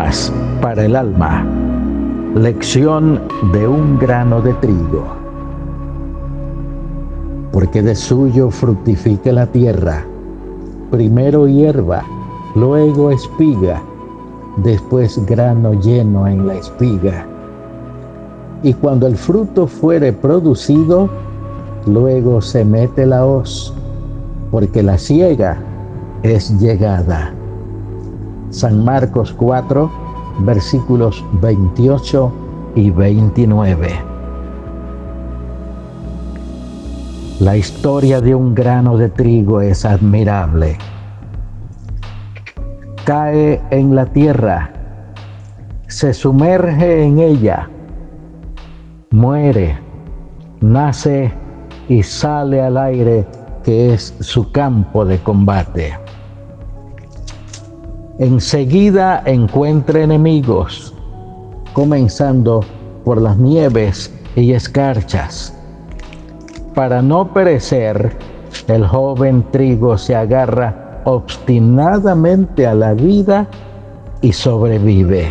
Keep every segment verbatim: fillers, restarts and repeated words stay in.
Poemas para el alma. Lección de un grano de trigo. Porque de suyo fructifica la tierra, primero hierba, luego espiga, después grano lleno en la espiga. Y cuando el fruto fuere producido, luego se mete la hoz, porque la siega es llegada. San Marcos cuatro, versículos veintiocho y veintinueve. La historia de un grano de trigo es admirable. Cae en la tierra, se sumerge en ella, muere, nace y sale al aire, que es su campo de combate. Enseguida encuentra enemigos, comenzando por las nieves y escarchas. Para no perecer, el joven trigo se agarra obstinadamente a la vida y sobrevive.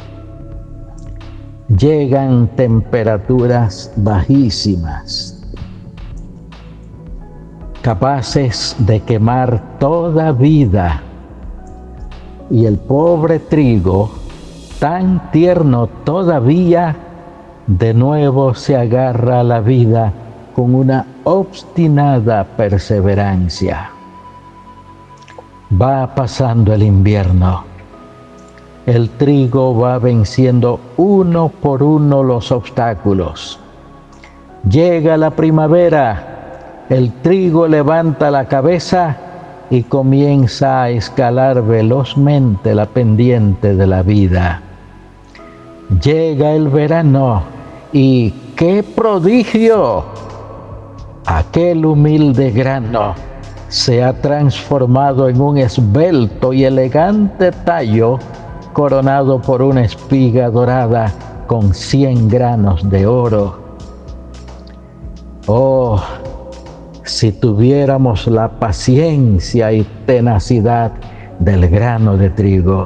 Llegan temperaturas bajísimas, capaces de quemar toda vida, y el pobre trigo, tan tierno todavía, de nuevo se agarra a la vida con una obstinada perseverancia. Va pasando el invierno. El trigo va venciendo uno por uno los obstáculos. Llega la primavera, el trigo levanta la cabeza y comienza a escalar velozmente la pendiente de la vida. Llega el verano y ¡qué prodigio! Aquel humilde grano se ha transformado en un esbelto y elegante tallo coronado por una espiga dorada con cien granos de oro. Oh, si tuviéramos la paciencia y tenacidad del grano de trigo.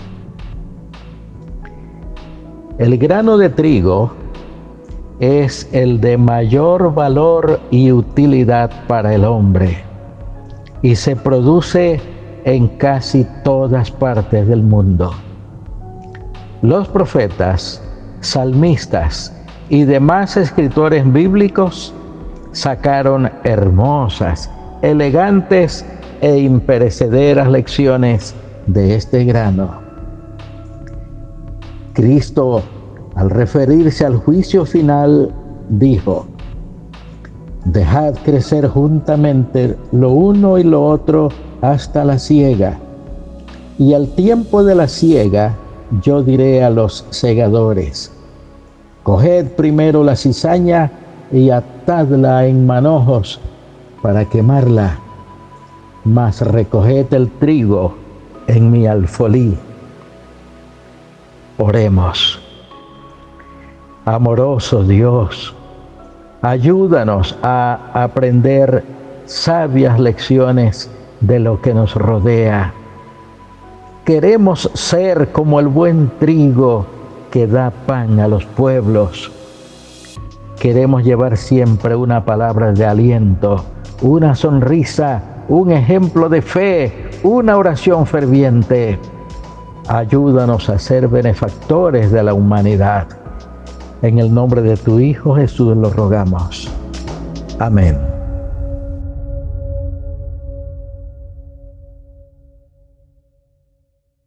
El grano de trigo es el de mayor valor y utilidad para el hombre y se produce en casi todas partes del mundo. Los profetas, salmistas y demás escritores bíblicos sacaron hermosas, elegantes e imperecederas lecciones de este grano. Cristo, al referirse al juicio final, dijo: dejad crecer juntamente lo uno y lo otro hasta la siega, y al tiempo de la siega yo diré a los segadores: coged primero la cizaña y atadla en manojos para quemarla, mas recoged el trigo en mi alfolí. Oremos. Amoroso Dios, ayúdanos a aprender sabias lecciones de lo que nos rodea. Queremos ser como el buen trigo que da pan a los pueblos. Queremos llevar siempre una palabra de aliento, una sonrisa, un ejemplo de fe, una oración ferviente. Ayúdanos a ser benefactores de la humanidad. En el nombre de tu Hijo Jesús lo rogamos. Amén.